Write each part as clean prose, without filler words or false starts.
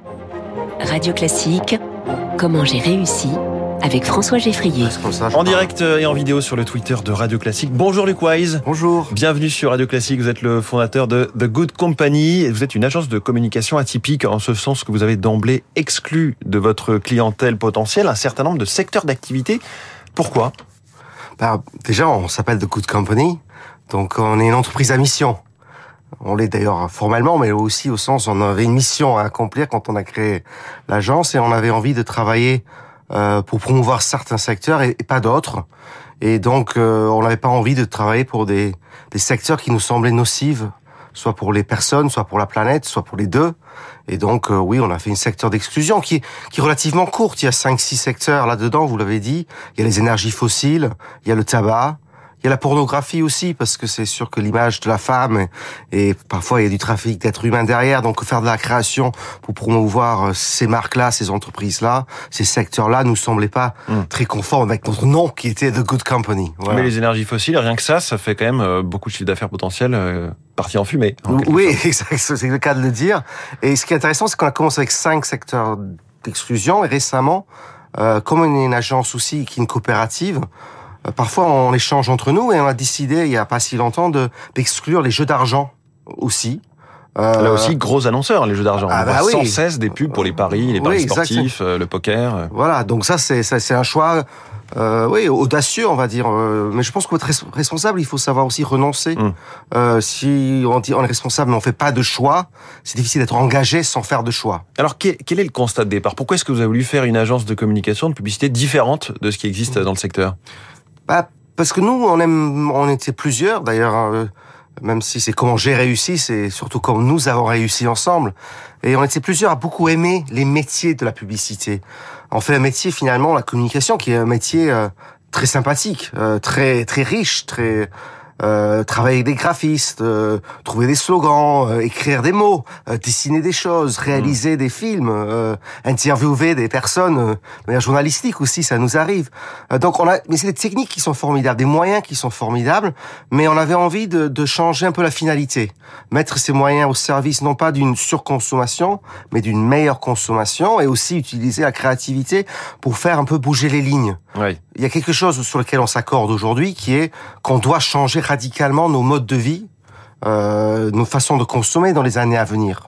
Radio Classique, comment j'ai réussi avec François Geffrier. En direct et en vidéo sur le Twitter de Radio Classique. Bonjour Luc Wise. Bonjour. Bienvenue sur Radio Classique. Vous êtes le fondateur de The Good Company. Vous êtes une agence de communication atypique en ce sens que vous avez d'emblée exclu de votre clientèle potentielle un certain nombre de secteurs d'activité. Pourquoi ? Déjà, on s'appelle The Good Company. Donc, on est une entreprise à mission. On l'est d'ailleurs formellement, mais aussi au sens où on avait une mission à accomplir quand on a créé l'agence et on avait envie de travailler pour promouvoir certains secteurs et pas d'autres. Et donc, on n'avait pas envie de travailler pour des secteurs qui nous semblaient nocifs, soit pour les personnes, soit pour la planète, soit pour les deux. Et donc, oui, on a fait une secteur d'exclusion qui est relativement courte. Il y a 5-6 secteurs là-dedans, vous l'avez dit. Il y a les énergies fossiles, il y a le tabac, il y a la pornographie aussi, parce que c'est sûr que l'image de la femme, et parfois il y a du trafic d'êtres humains derrière, donc faire de la création pour promouvoir ces marques-là, ces entreprises-là, ces secteurs-là nous semblaient pas très conformes avec notre nom qui était The Good Company. Voilà. Mais les énergies fossiles, rien que ça fait quand même beaucoup de chiffre d'affaires potentiel parti en fumée. Oui, exact, c'est le cas de le dire. Et ce qui est intéressant, c'est qu'on a commencé avec 5 secteurs d'exclusion, et récemment, comme on est une agence aussi qui est une coopérative, parfois, on échange entre nous et on a décidé, il n'y a pas si longtemps, d'exclure les jeux d'argent aussi. Là aussi, gros annonceurs, les jeux d'argent. On voit oui. sans cesse des pubs pour les paris sportifs, le poker. Voilà, donc ça, c'est un choix audacieux, on va dire. Mais je pense qu'être responsable, il faut savoir aussi renoncer. Si on dit on est responsable mais on fait pas de choix, c'est difficile d'être engagé sans faire de choix. Alors, quel est le constat de départ ? Pourquoi est-ce que vous avez voulu faire une agence de communication, de publicité différente de ce qui existe dans le secteur ? Parce que nous, on était plusieurs, d'ailleurs, même si c'est comment j'ai réussi, c'est surtout comme nous avons réussi ensemble. Et on était plusieurs à beaucoup aimer les métiers de la publicité. On fait un métier, finalement, la communication, qui est un métier très sympathique, très très riche, très... travailler avec des graphistes, trouver des slogans, écrire des mots, dessiner des choses, réaliser des films, interviewer des personnes, de manière journalistique aussi, ça nous arrive. Mais c'est des techniques qui sont formidables, des moyens qui sont formidables, mais on avait envie de changer un peu la finalité, mettre ces moyens au service non pas d'une surconsommation, mais d'une meilleure consommation, et aussi utiliser la créativité pour faire un peu bouger les lignes. Oui. Il y a quelque chose sur lequel on s'accorde aujourd'hui, qui est qu'on doit changer radicalement nos modes de vie, nos façons de consommer dans les années à venir.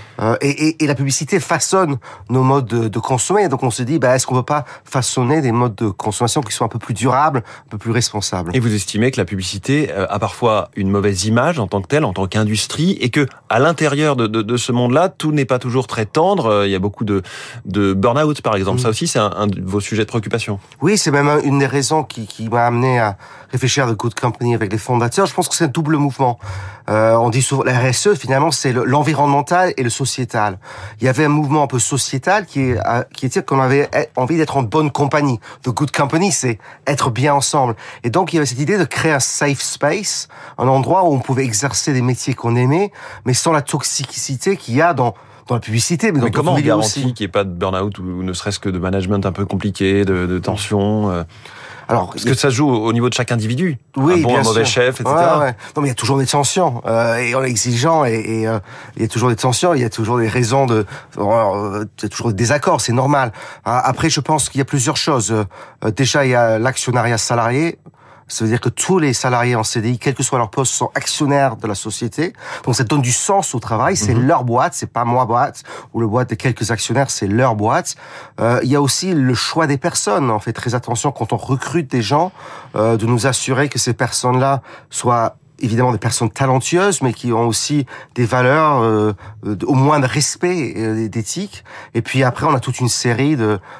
Et la publicité façonne nos modes de consommer. Donc on se dit, est-ce qu'on peut pas façonner des modes de consommation qui sont un peu plus durables, un peu plus responsables ? Et vous estimez que la publicité a parfois une mauvaise image en tant que telle, en tant qu'industrie, et que à l'intérieur de ce monde-là, tout n'est pas toujours très tendre. Il y a beaucoup de burn-out, par exemple. Ça aussi, c'est un de vos sujets de préoccupation. Oui, c'est même une des raisons qui m'a amené à réfléchir à The Good Company avec les fondateurs. Je pense que c'est un double mouvement. On dit souvent, la RSE, finalement, c'est l'environnemental et le sociétal. Il y avait un mouvement un peu sociétal qui était qu'on avait envie d'être en bonne compagnie. The Good Company, c'est être bien ensemble. Et donc, il y avait cette idée de créer un safe space, un endroit où on pouvait exercer des métiers qu'on aimait, mais sans la toxicité qu'il y a dans la publicité. Mais comment on garantit qu'il n'y ait pas de burn-out ou ne serait-ce que de management un peu compliqué, de tension Alors, parce que ça joue au niveau de chaque individu. Oui, un mauvais chef, etc. Ouais. Non, mais il y a toujours des tensions. Et on est exigeant. Et il y a toujours des tensions. Il y a toujours des raisons il y a toujours des désaccords. C'est normal. Après, je pense qu'il y a plusieurs choses. Déjà, il y a l'actionnariat salarié. Ça veut dire que tous les salariés en CDI, quel que soit leur poste, sont actionnaires de la société. Donc ça donne du sens au travail. C'est leur boîte, c'est pas moi boîte ou le boîte de quelques actionnaires, c'est leur boîte. Il y a aussi le choix des personnes. On fait très attention quand on recrute des gens, de nous assurer que ces personnes-là soient évidemment des personnes talentueuses, mais qui ont aussi des valeurs, au moins de respect, d'éthique. Et puis après, on a toute une série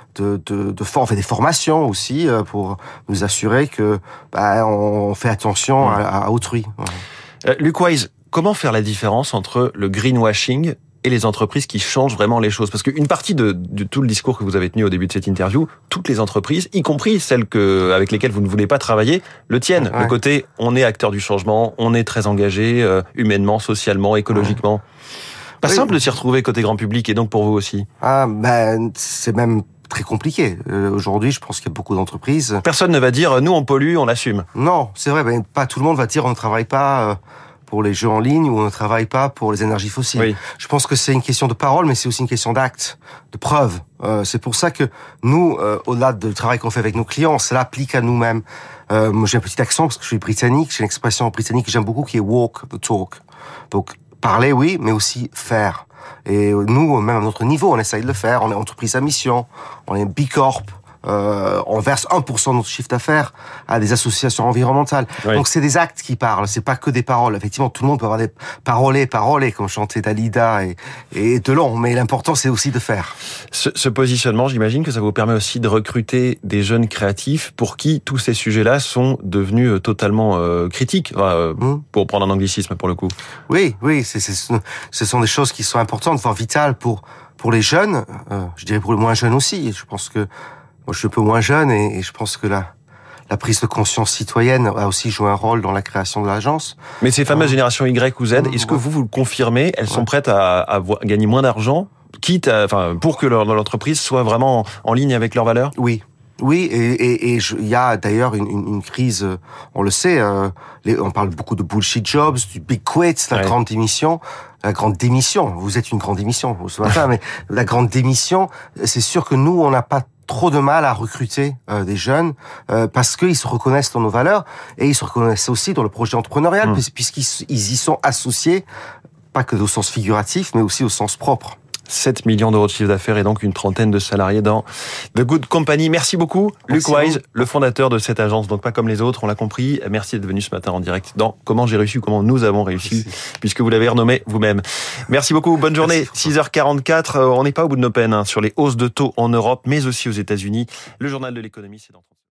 on fait des formations aussi pour nous assurer que on fait attention à autrui. Luc Wise, comment faire la différence entre le greenwashing et les entreprises qui changent vraiment les choses. Parce qu'une partie de tout le discours que vous avez tenu au début de cette interview, toutes les entreprises, y compris celles avec lesquelles vous ne voulez pas travailler, le tiennent. Ouais. Le côté, on est acteur du changement, on est très engagé, humainement, socialement, écologiquement. Pas simple de s'y retrouver côté grand public, et donc pour vous aussi. C'est même très compliqué. Aujourd'hui, je pense qu'il y a beaucoup d'entreprises. Personne ne va dire, nous on pollue, on assume. Non, c'est vrai, pas tout le monde va dire, on ne travaille pas pour les jeux en ligne ou on ne travaille pas pour les énergies fossiles. Oui. Je pense que c'est une question de parole, mais c'est aussi une question d'acte, de preuve. C'est pour ça que nous, au-delà du travail qu'on fait avec nos clients, cela applique à nous-mêmes. Moi, j'ai un petit accent parce que je suis britannique. J'ai une expression britannique que j'aime beaucoup qui est walk the talk. Donc, parler, oui, mais aussi faire. Et nous, même à notre niveau, on essaye de le faire. On est entreprise à mission, on est B Corp. On verse 1% de notre chiffre d'affaires à des associations environnementales. Oui. Donc c'est des actes qui parlent, c'est pas que des paroles. Effectivement, tout le monde peut avoir des parolés, comme chantait Dalida et Delon, mais l'important c'est aussi de faire. Ce positionnement, j'imagine que ça vous permet aussi de recruter des jeunes créatifs pour qui tous ces sujets-là sont devenus totalement critiques, pour prendre un anglicisme pour le coup. Oui, ce sont des choses qui sont importantes, voire vitales pour les jeunes, je dirais pour les moins jeunes aussi. Je pense que moi, je suis un peu moins jeune et je pense que la prise de conscience citoyenne a aussi joué un rôle dans la création de l'agence. Mais ces fameuses générations Y ou Z, est-ce que vous le confirmez? Elles sont prêtes à gagner moins d'argent, pour que l'entreprise soit vraiment en ligne avec leurs valeurs? Oui. Oui, et il y a d'ailleurs une crise, on le sait, on parle beaucoup de bullshit jobs, du big quit, la grande démission. La grande démission, vous êtes une grande démission ce matin, mais la grande démission, c'est sûr que nous, on n'a pas trop de mal à recruter des jeunes parce qu'ils se reconnaissent dans nos valeurs et ils se reconnaissent aussi dans le projet entrepreneurial puisqu'ils y sont associés, pas que au sens figuratif, mais aussi au sens propre. 7 millions d'euros de chiffre d'affaires et donc une trentaine de salariés dans The Good Company. Merci beaucoup, Luc Wise, le fondateur de cette agence. Donc pas comme les autres, on l'a compris. Merci d'être venu ce matin en direct dans Comment j'ai réussi ou comment nous avons réussi, puisque vous l'avez renommé vous-même. Merci beaucoup, bonne journée. 6h44, on n'est pas au bout de nos peines sur les hausses de taux en Europe, mais aussi aux États-Unis. Le journal de l'économie, c'est dans 30 secondes.